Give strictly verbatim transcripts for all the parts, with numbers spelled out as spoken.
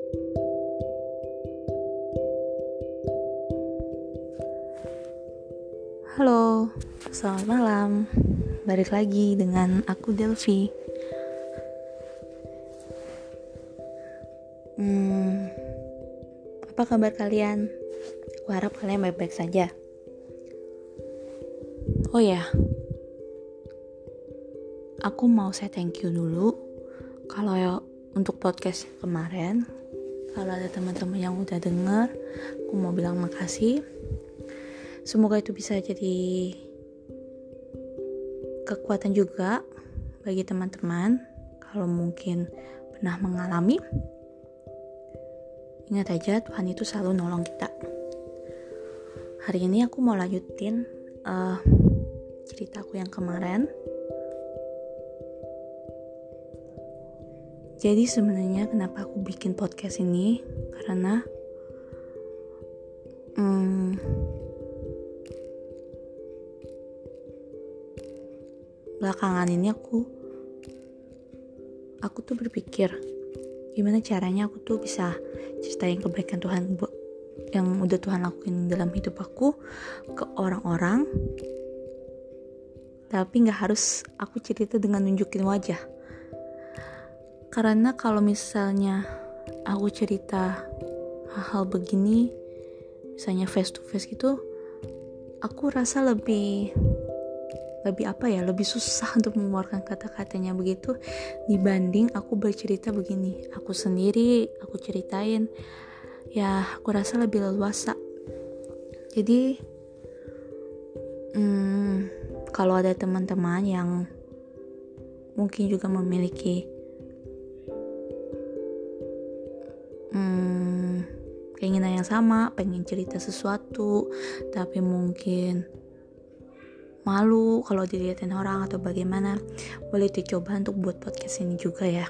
Halo, selamat malam. Balik lagi dengan aku Delvi. Hmm, apa kabar kalian? Aku harap kalian baik-baik saja. Oh ya, aku mau say thank you dulu. Kalau ya, untuk podcast kemarin, kalau ada teman-teman yang udah denger, aku mau bilang makasih. Semoga itu bisa jadi kekuatan juga bagi teman-teman kalau mungkin pernah mengalami. Ingat aja, Tuhan itu selalu nolong kita. Hari ini aku mau lanjutin uh, ceritaku yang kemarin. Jadi sebenarnya kenapa aku bikin podcast ini, karena hmm, belakangan ini aku aku tuh berpikir gimana caranya aku tuh bisa ceritain kebaikan Tuhan yang udah Tuhan lakuin dalam hidup aku ke orang-orang, tapi gak harus aku cerita dengan nunjukin wajah. Karena kalau misalnya aku cerita hal-hal begini, misalnya face to face gitu, aku rasa lebih lebih apa ya, lebih susah untuk mengeluarkan kata-katanya begitu dibanding aku bercerita begini, aku sendiri, aku ceritain, ya aku rasa lebih leluasa. Jadi hmm, kalau ada teman-teman yang mungkin juga memiliki hmm, keinginan yang sama, pengen cerita sesuatu tapi mungkin malu kalau dilihatin orang atau bagaimana, boleh dicoba untuk buat podcast ini juga ya.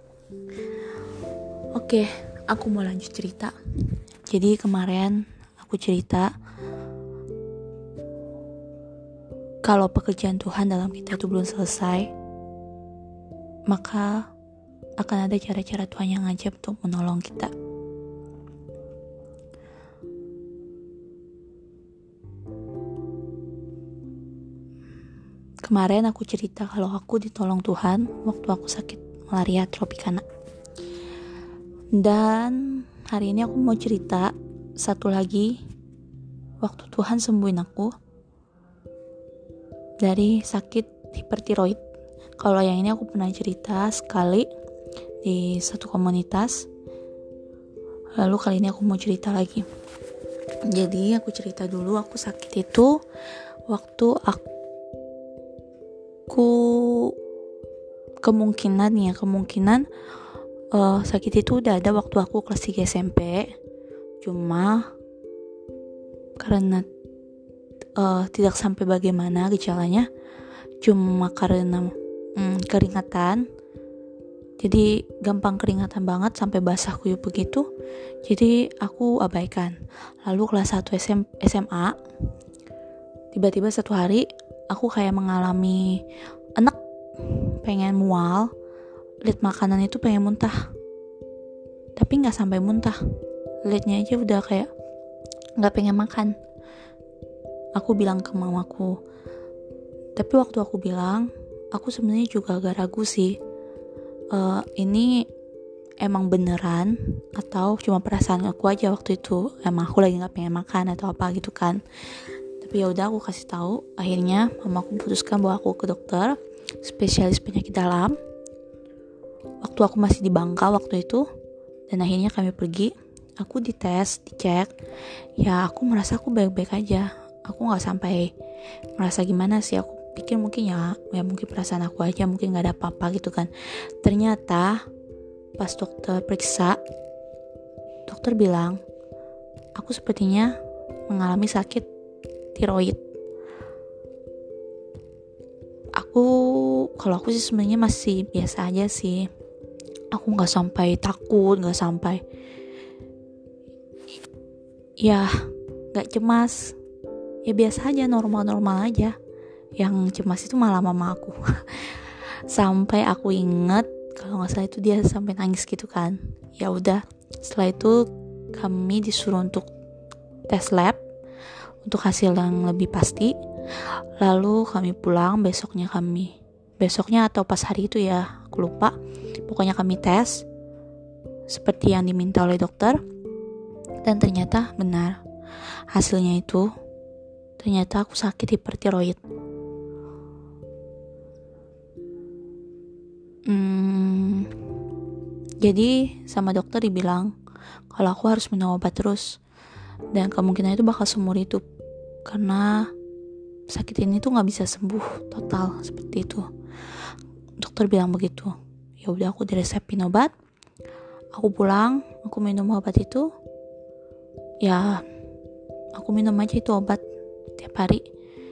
Oke, aku mau lanjut cerita. Jadi kemarin aku cerita kalau pekerjaan Tuhan dalam kita itu belum selesai, maka akan ada cara-cara Tuhan yang ajaib untuk menolong kita. Kemarin aku cerita kalau aku ditolong Tuhan waktu aku sakit malaria tropikana. Dan hari ini aku mau cerita satu lagi waktu Tuhan sembuhin aku dari sakit hipertiroid. Kalau yang ini aku pernah cerita sekali di satu komunitas. Lalu kali ini aku mau cerita lagi. Jadi aku cerita dulu, aku sakit itu waktu aku Aku kemungkinan ya kemungkinan uh, sakit itu udah ada waktu aku kelas tiga S M P, cuma karena uh, tidak sampai bagaimana gejalanya, cuma karena um, keringatan, jadi gampang keringatan banget sampai basah kuyup begitu, jadi aku abaikan. Lalu kelas satu S M A, tiba-tiba satu hari aku kayak mengalami enek, pengen mual, lihat makanan itu pengen muntah, tapi nggak sampai muntah, lihatnya aja udah kayak nggak pengen makan. Aku bilang ke mamaku, tapi waktu aku bilang, aku sebenarnya juga agak ragu sih, uh, ini emang beneran atau cuma perasaan aku aja waktu itu, emang aku lagi nggak pengen makan atau apa gitu kan. Tapi ya udah aku kasih tahu. Akhirnya mama aku memutuskan bawa aku ke dokter spesialis penyakit dalam. Waktu aku masih di Bangka waktu itu, dan akhirnya kami pergi. Aku dites, dicek. Ya aku merasa aku baik-baik aja. Aku nggak sampai merasa gimana sih. Aku pikir mungkin ya, ya mungkin perasaan aku aja, mungkin nggak ada apa-apa gitu kan. Ternyata pas dokter periksa, dokter bilang aku sepertinya mengalami sakit tiroid. Aku kalau aku sih sebenarnya masih biasa aja sih. Aku nggak sampai takut, nggak sampai ya nggak cemas. Ya biasa aja, normal-normal aja. Yang cemas itu malah mama aku. Sampai aku inget kalau nggak salah itu dia sampai nangis gitu kan. Ya udah, Setelah itu kami disuruh untuk tes lab untuk hasil yang lebih pasti. Lalu kami pulang besoknya kami besoknya atau pas hari itu ya, aku lupa. Pokoknya kami tes seperti yang diminta oleh dokter, dan ternyata benar. Hasilnya itu ternyata aku sakit hipertiroid. Hmm, jadi sama dokter dibilang kalau aku harus minum obat terus, dan kemungkinan itu bakal seumur hidup karena sakit ini tuh nggak bisa sembuh total seperti itu. Dokter bilang begitu. Ya udah, aku diresepin obat. Aku pulang, aku minum obat itu. Ya, aku minum aja itu obat tiap hari.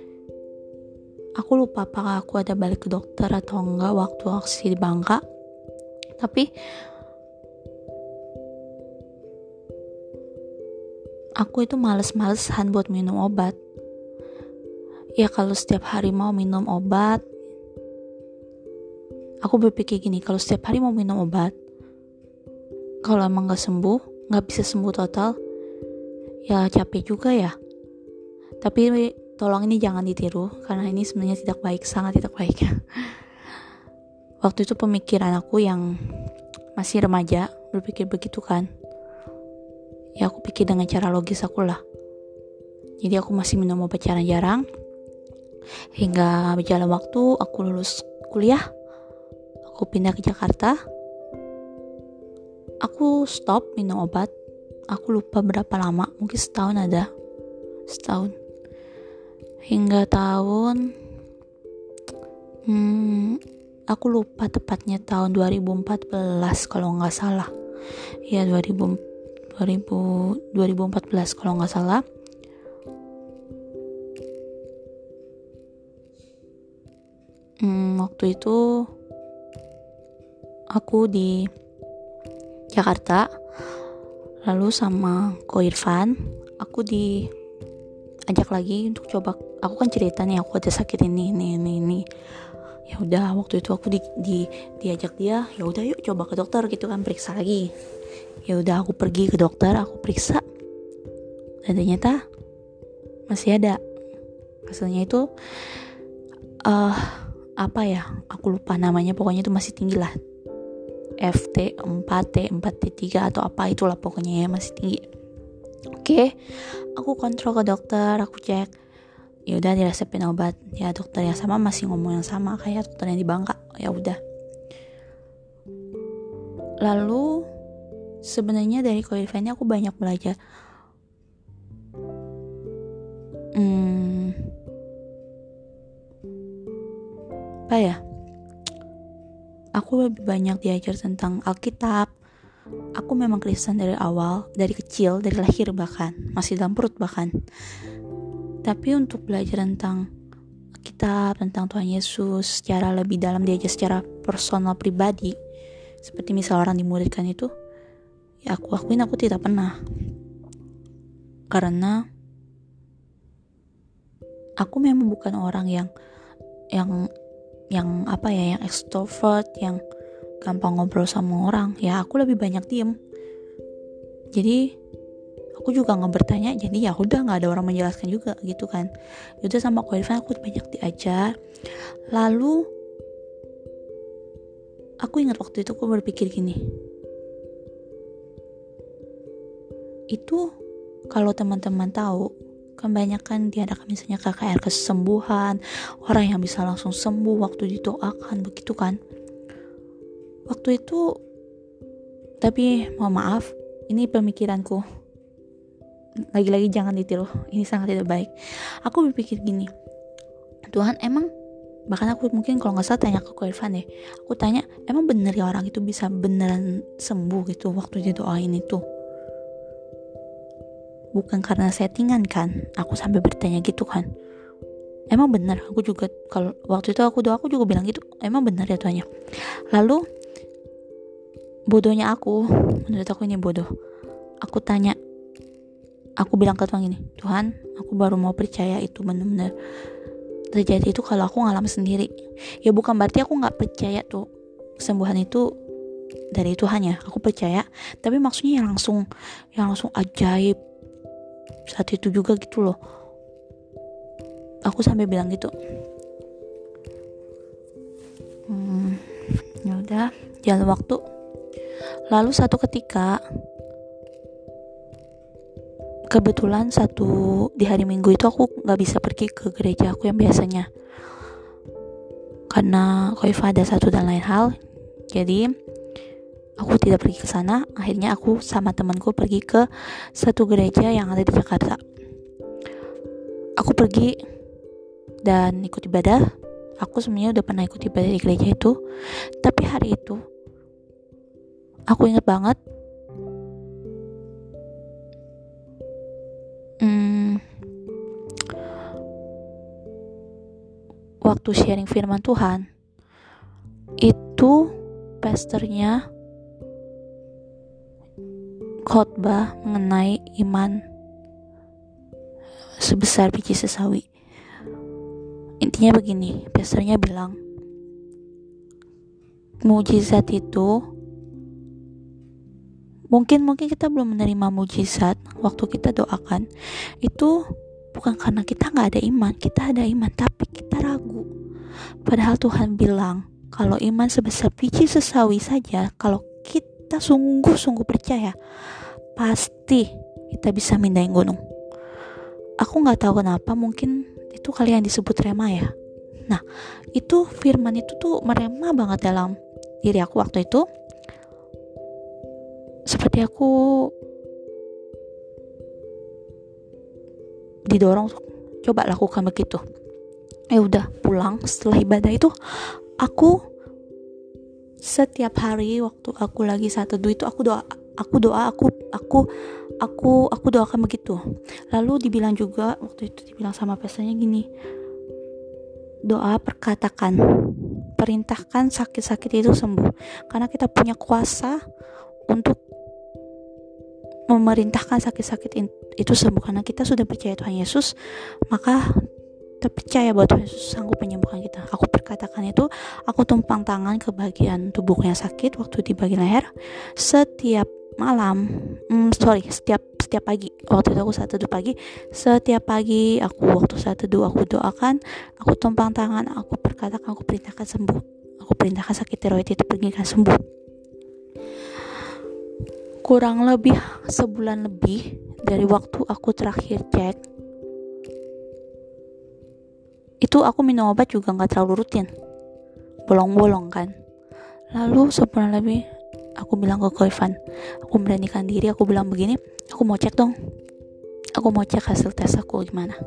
Aku lupa apakah aku ada balik ke dokter atau enggak waktu aksi di Bangka. Tapi aku itu males-malesan buat minum obat. Ya kalau setiap hari mau minum obat, aku berpikir gini, kalau setiap hari mau minum obat, kalau emang gak sembuh, gak bisa sembuh total, ya capek juga ya. Tapi tolong ini jangan ditiru, karena ini sebenarnya tidak baik, sangat tidak baik ya. Waktu itu pemikiran aku yang masih remaja, berpikir begitu kan. Ya aku pikir dengan cara logis aku lah. Jadi aku masih minum obat jarang-jarang. Hingga berjalan waktu, aku lulus kuliah, aku pindah ke Jakarta, aku stop minum obat. Aku lupa berapa lama, mungkin setahun ada, setahun. Hingga tahun, hmm, aku lupa tepatnya tahun dua ribu empat belas kalau nggak salah. Ya dua ribu, dua ribu, dua ribu empat belas kalau nggak salah. Hmm, waktu itu aku di Jakarta, lalu sama Ko Irfan, aku diajak lagi untuk coba. Aku kan cerita nih, aku ada sakit ini, ini, ini, ini. Ya udah, waktu itu aku di, di diajak dia, ya udah yuk coba ke dokter gitu kan, periksa lagi. Ya udah, aku pergi ke dokter, aku periksa, dan ternyata masih ada. Hasilnya itu, uh, apa ya, aku lupa namanya, pokoknya itu masih tinggi lah, F T empat T empat T tiga atau apa itulah pokoknya ya, masih tinggi. Oke, aku kontrol ke dokter, aku cek, ya udah diresepin obat. Ya dokter yang sama masih ngomong yang sama kayak dokter yang di Bangka. Ya udah. Lalu sebenarnya dari Ko Irfan ini aku banyak belajar. Hmm, apa ya? Aku lebih banyak diajar tentang Alkitab. Aku memang Kristen dari awal, dari kecil, dari lahir bahkan, masih dalam perut bahkan. Tapi untuk belajar tentang Alkitab, tentang Tuhan Yesus secara lebih dalam, diajar secara personal pribadi, seperti misal orang dimuridkan itu, ya aku akuin aku tidak pernah. Karena aku memang bukan orang yang yang yang apa ya, yang extrovert, yang gampang ngobrol sama orang. Ya aku lebih banyak diem. Jadi aku juga nggak bertanya, jadi ya udah nggak ada orang menjelaskan juga gitu kan. Yaudah sama Ko Irfan aku banyak diajar. Lalu aku ingat waktu itu aku berpikir gini, itu kalau teman-teman tahu, kebanyakan diadakan misalnya K K R kesembuhan, orang yang bisa langsung sembuh waktu didoakan begitu kan. Waktu itu, tapi mohon maaf, ini pemikiranku, lagi-lagi jangan ditiru, ini sangat tidak baik. Aku berpikir gini, Tuhan emang, bahkan aku mungkin kalau nggak salah tanya ke Ko Irfan deh, aku tanya emang bener ya orang itu bisa beneran sembuh gitu waktu didoain itu? Bukan karena settingan kan? Aku sampai bertanya gitu kan. Emang benar? Aku juga kalau waktu itu aku doa aku juga bilang gitu. Emang benar ya Tuhannya? Lalu bodohnya aku, menurut aku ini bodoh. Aku tanya, aku bilang ke Tuhan gini, Tuhan, aku baru mau percaya itu benar-benar terjadi itu kalau aku ngalamin sendiri. Ya bukan berarti aku nggak percaya tuh kesembuhan itu dari Tuhan ya, aku percaya. Tapi maksudnya yang langsung yang langsung ajaib saat itu juga gitu loh. Aku sampai bilang gitu. Hmm, ya udah, jalan waktu. Lalu satu ketika, kebetulan satu di hari Minggu itu aku nggak bisa pergi ke gereja aku yang biasanya karena Koifa ada satu dan lain hal. Jadi aku tidak pergi ke sana. Akhirnya aku sama temanku pergi ke satu gereja yang ada di Jakarta. Aku pergi dan ikut ibadah. Aku sebenarnya udah pernah ikut ibadah di gereja itu, tapi hari itu aku ingat banget. Hmm, waktu sharing firman Tuhan itu pastornya khotbah mengenai iman sebesar biji sesawi. Intinya begini, pastornya bilang mujizat itu mungkin mungkin kita belum menerima mujizat waktu kita doakan itu bukan karena kita nggak ada iman, kita ada iman tapi kita ragu. Padahal Tuhan bilang kalau iman sebesar biji sesawi saja, kalau kita sungguh-sungguh percaya, pasti kita bisa mindahin gunung. Aku nggak tahu kenapa, mungkin itu kali yang disebut rema ya. Nah, itu firman itu tuh merema banget dalam diri aku waktu itu. Seperti aku didorong untuk coba lakukan begitu. Ya udah, pulang setelah ibadah itu aku setiap hari waktu aku lagi saat teduh itu aku doa, aku doa, aku aku aku aku doakan begitu. Lalu dibilang juga waktu itu dibilang sama pastornya gini, doa perkatakan, perintahkan sakit-sakit itu sembuh, karena kita punya kuasa untuk memerintahkan sakit-sakit itu sembuh, karena kita sudah percaya Tuhan Yesus, maka kita percaya bahwa Tuhan Yesus sanggup menyembuhkan kita. Aku perkatakan itu, aku tumpang tangan ke bagian tubuhku yang sakit waktu di bagian leher setiap malam, hmm, sorry setiap setiap pagi. Waktu itu aku saat teduh pagi, setiap pagi aku waktu saat teduh aku doakan, aku tumpang tangan, aku perkatakan, aku perintahkan sembuh, aku perintahkan sakit tiroid itu pergi kan sembuh. Kurang lebih sebulan lebih dari waktu aku terakhir cek itu, aku minum obat juga gak terlalu rutin, bolong-bolong kan. Lalu sebulan lebih aku bilang ke Koivan, aku beranikan diri, aku bilang begini, aku mau cek dong, aku mau cek hasil tes aku gimana.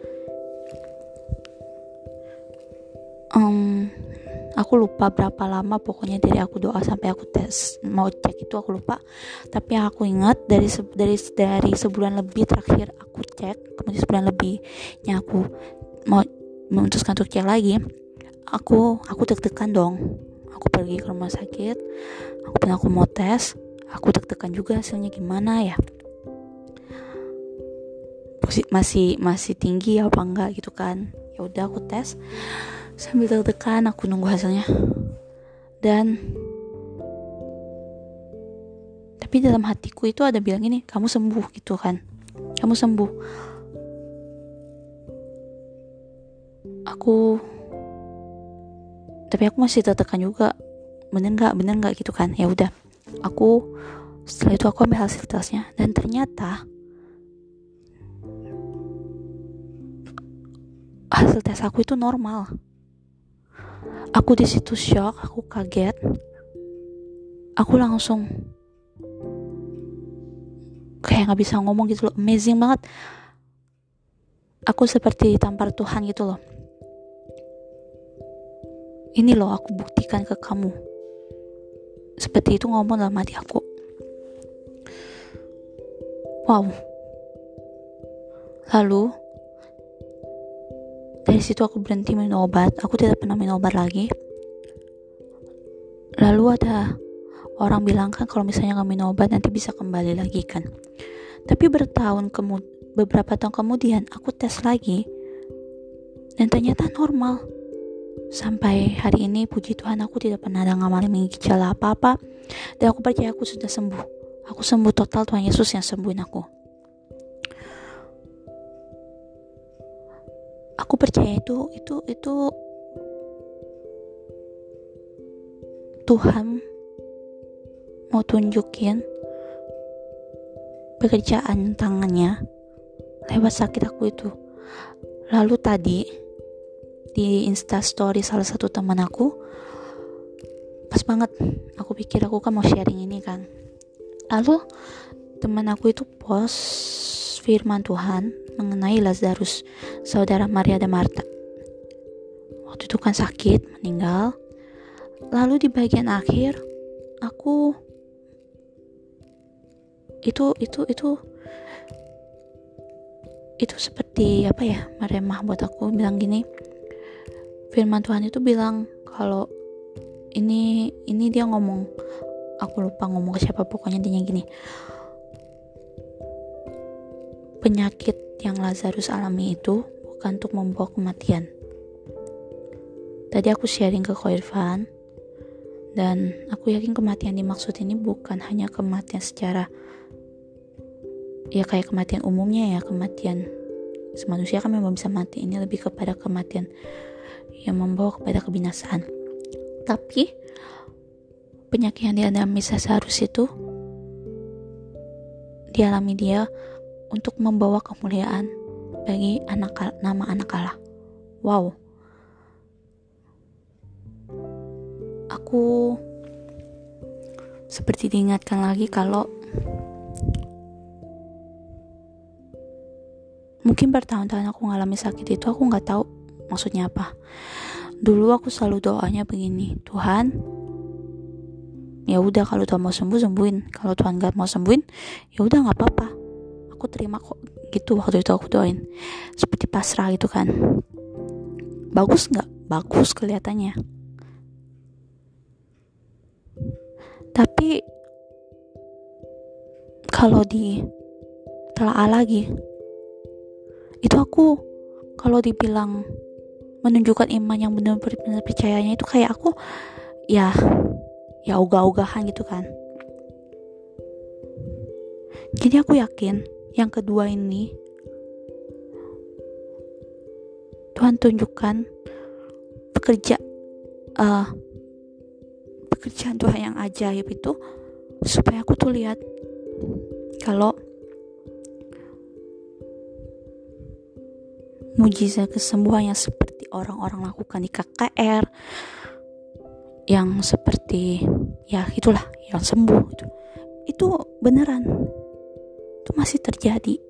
um, Aku lupa berapa lama, pokoknya dari aku doa sampai aku tes mau cek itu aku lupa. Tapi yang aku ingat dari se- dari dari sebulan lebih terakhir aku cek, kemudian sebulan lebihnya aku mau memutuskan untuk cek lagi, aku aku deg-degan dong. Aku pergi ke rumah sakit, aku bilang aku mau tes, aku deg-degan juga hasilnya gimana ya, masih masih tinggi apa enggak gitu kan. Ya udah aku tes sambil deg-degan, aku nunggu hasilnya. Dan tapi dalam hatiku itu ada bilang ini, kamu sembuh gitu kan, kamu sembuh. Aku tapi aku masih deg-degan juga, bener nggak bener nggak gitu kan. Ya udah, aku setelah itu aku ambil hasil tesnya dan ternyata hasil tes aku itu normal. Aku di situ shock, aku kaget, aku langsung kayak nggak bisa ngomong gitu loh, amazing banget. Aku seperti ditampar Tuhan gitu loh. Ini loh aku buktikan ke kamu. Seperti itu ngomong dalam hati aku. Wow. Lalu dari situ aku berhenti minum obat. Aku tidak pernah minum obat lagi. Lalu ada orang bilang kan kalau misalnya nggak minum obat nanti bisa kembali lagi kan. Tapi bertahun kemud- beberapa tahun kemudian aku tes lagi dan ternyata normal. Sampai hari ini puji Tuhan aku tidak pernah ada mengalami gejala apa-apa, dan aku percaya aku sudah sembuh. Aku sembuh total, Tuhan Yesus yang sembuhin aku. Aku percaya itu itu itu Tuhan mau tunjukin pekerjaan tangannya lewat sakit aku itu. Lalu tadi di Insta story salah satu teman aku, pas banget aku pikir aku kan mau sharing ini kan, lalu teman aku itu post firman Tuhan mengenai Lazarus, saudara Maria dan Marta. Waktu itu kan sakit, meninggal. Lalu di bagian akhir aku itu itu itu itu seperti apa ya, meremah buat aku, bilang gini, firman Tuhan itu bilang kalau ini ini dia ngomong, aku lupa ngomong ke siapa, pokoknya dia gini, penyakit yang Lazarus alami itu bukan untuk membawa kematian. Tadi aku sharing ke Ko Irfan, dan aku yakin kematian dimaksud ini bukan hanya kematian secara ya kayak kematian umumnya ya, kematian manusia kan memang bisa mati. Ini lebih kepada kematian yang membawa kepada kebinasaan. Tapi penyakit yang dialami Lazarus itu dialami dia untuk membawa kemuliaan bagi anak nama anak Allah. Wow. Aku seperti diingatkan lagi kalau mungkin bertahun-tahun aku ngalami sakit itu, aku nggak tahu maksudnya apa. Dulu aku selalu doanya begini, Tuhan, ya udah kalau Tuhan mau sembuh sembuhin, kalau Tuhan nggak mau sembuhin, ya udah nggak apa-apa, aku terima kok. Gitu waktu itu aku doain, seperti pasrah gitu kan. Bagus nggak? Bagus kelihatannya. Tapi kalau di telaah lagi, itu aku kalau dibilang menunjukkan iman yang benar-benar percayanya itu kayak aku ya ya ogah-ogahan gitu kan. Jadi aku yakin yang kedua ini Tuhan tunjukkan pekerja uh, pekerjaan Tuhan yang ajaib itu supaya aku tuh lihat kalau mujizat kesembuhan yang seperti orang-orang lakukan di K K R, yang seperti ya itulah yang sembuh itu, itu beneran, itu masih terjadi.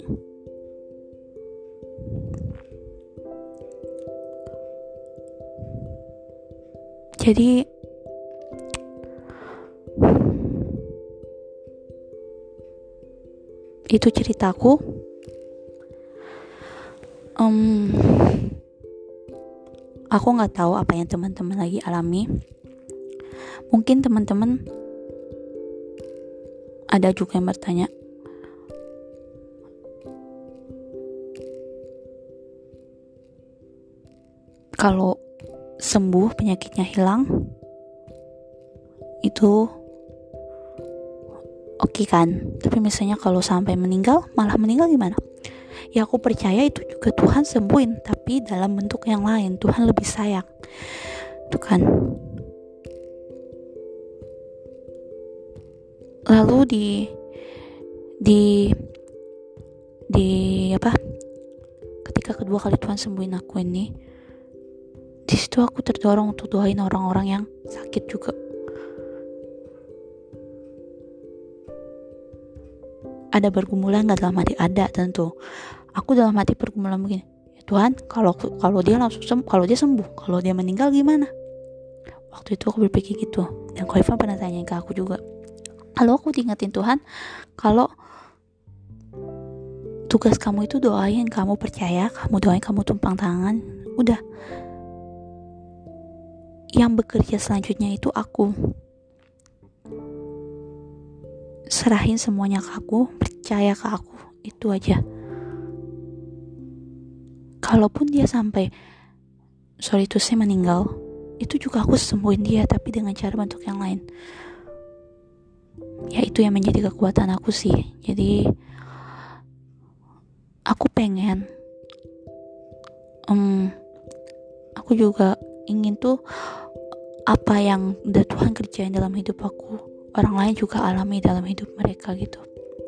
Jadi itu ceritaku. Um, aku nggak tahu apa yang teman-teman lagi alami. Mungkin teman-teman ada juga yang bertanya, kalau sembuh penyakitnya hilang itu oke okay kan? Tapi misalnya kalau sampai meninggal, malah meninggal gimana? Ya aku percaya itu juga Tuhan sembuhin, tapi dalam bentuk yang lain. Tuhan lebih sayang, itu kan. Lalu di di di apa? Ketika kedua kali Tuhan sembuhin aku ini, di situ aku terdorong untuk doain orang-orang yang sakit juga. Ada pergumulan nggak dalam hati? Ada tentu. Aku dalam hati pergumulan begini, ya Tuhan, kalau kalau dia langsung sembuh, kalau dia sembuh, kalau dia meninggal gimana? Waktu itu aku berpikir gitu. Dan Ko Irfan pernah tanya ke aku juga. Lalu aku diingetin Tuhan, kalau tugas kamu itu doain, kamu percaya, kamu doain, kamu tumpang tangan, udah. Yang bekerja selanjutnya itu aku. Serahin semuanya ke aku, percaya ke aku, itu aja. Kalaupun dia sampai sorry to say meninggal, itu juga aku sembuhin dia, tapi dengan cara bentuk yang lain. Ya itu yang menjadi kekuatan aku sih. Jadi aku pengen um, aku juga ingin tuh apa yang udah Tuhan kerjain dalam hidup aku, orang lain juga alami dalam hidup mereka gitu.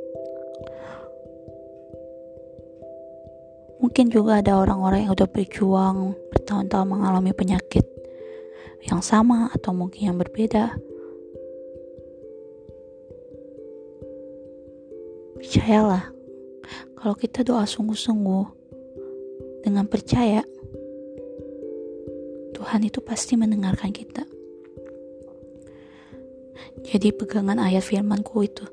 Mungkin juga ada orang-orang yang udah berjuang bertahun-tahun mengalami penyakit yang sama atau mungkin yang berbeda. Percayalah, kalau kita doa sungguh-sungguh dengan percaya, Tuhan itu pasti mendengarkan kita. Jadi pegangan ayat firman-Ku itu,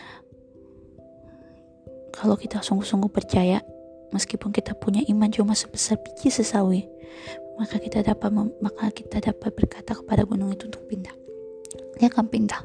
kalau kita sungguh-sungguh percaya, meskipun kita punya iman cuma sebesar biji sesawi, maka kita dapat maka kita dapat berkata kepada gunung itu untuk pindah. Dia akan pindah.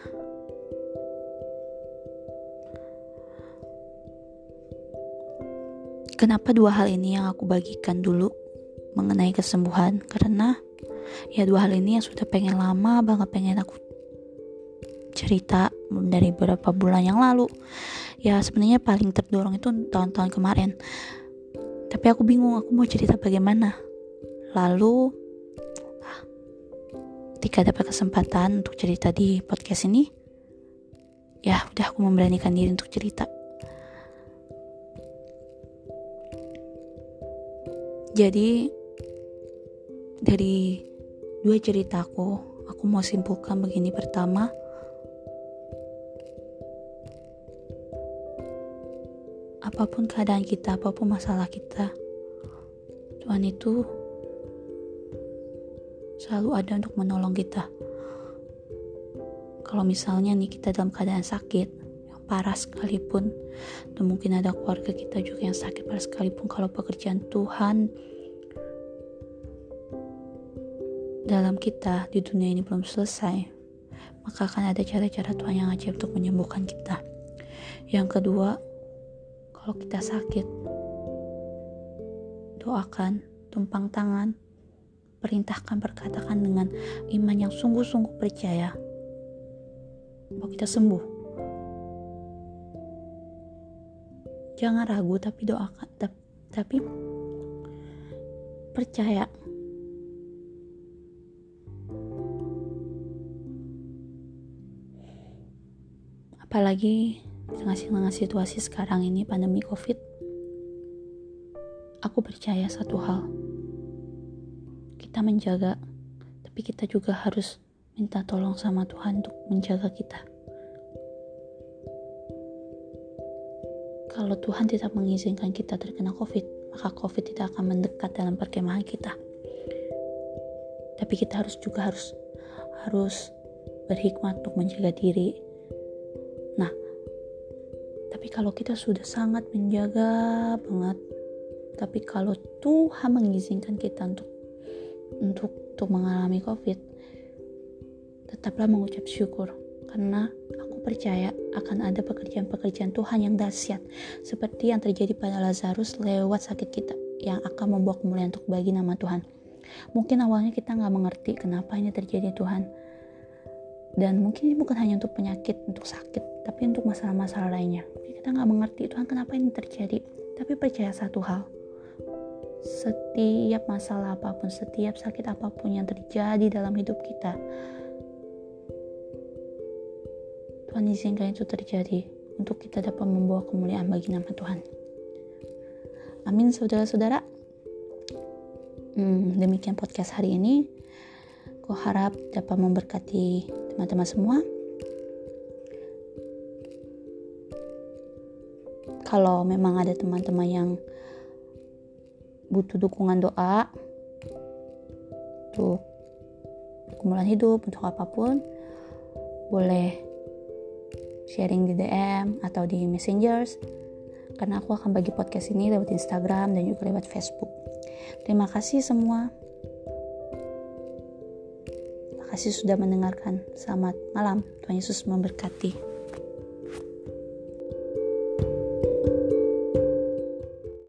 Kenapa dua hal ini yang aku bagikan dulu mengenai kesembuhan? Karena ya dua hal ini yang sudah pengen lama banget pengen aku cerita dari beberapa bulan yang lalu. Ya sebenarnya paling terdorong itu tahun-tahun kemarin. Tapi aku bingung aku mau cerita bagaimana. Lalu ketika dapat kesempatan untuk cerita di podcast ini, ya udah aku memberanikan diri untuk cerita. Jadi dari dua ceritaku, aku mau simpulkan begini. Pertama, apapun keadaan kita, apapun masalah kita, Tuhan itu selalu ada untuk menolong kita. Kalau misalnya nih kita dalam keadaan sakit yang parah sekalipun, atau mungkin ada keluarga kita juga yang sakit parah sekalipun, kalau pekerjaan Tuhan dalam kita di dunia ini belum selesai, maka akan ada cara-cara Tuhan yang ajaib untuk menyembuhkan kita. Yang kedua, kalau kita sakit, doakan, tumpang tangan, perintahkan, perkatakan dengan iman yang sungguh-sungguh percaya bahwa kita sembuh. Jangan ragu, tapi doakan, tapi percaya. Apalagi di tengah-tengah situasi sekarang ini, pandemi COVID, aku percaya satu hal, kita menjaga, tapi kita juga harus minta tolong sama Tuhan untuk menjaga kita. Kalau Tuhan tidak mengizinkan kita terkena COVID, maka COVID tidak akan mendekat dalam perkemahan kita. Tapi kita harus juga harus harus berhikmat untuk menjaga diri. Nah, tapi kalau kita sudah sangat menjaga banget, tapi kalau Tuhan mengizinkan kita untuk untuk untuk mengalami COVID, tetaplah mengucap syukur, karena aku percaya akan ada pekerjaan-pekerjaan Tuhan yang dahsyat seperti yang terjadi pada Lazarus lewat sakit kita, yang akan membawa kemuliaan untuk bagi nama Tuhan. Mungkin awalnya kita gak mengerti kenapa ini terjadi Tuhan, dan mungkin ini bukan hanya untuk penyakit, untuk sakit, tapi untuk masalah-masalah lainnya. Kita gak mengerti Tuhan kenapa ini terjadi, tapi percaya satu hal, setiap masalah apapun, setiap sakit apapun yang terjadi dalam hidup kita, Tuhan izinkan itu terjadi untuk kita dapat membawa kemuliaan bagi nama Tuhan. Amin, saudara-saudara. Hmm, demikian podcast hari ini. Aku harap dapat memberkati teman-teman semua. Kalau memang ada teman-teman yang butuh dukungan doa untuk pergumulan hidup, untuk apapun, boleh sharing di D M atau di Messengers, karena aku akan bagi podcast ini lewat Instagram dan juga lewat Facebook. Terima kasih semua. Terima kasih sudah mendengarkan. Selamat malam. Tuhan Yesus memberkati.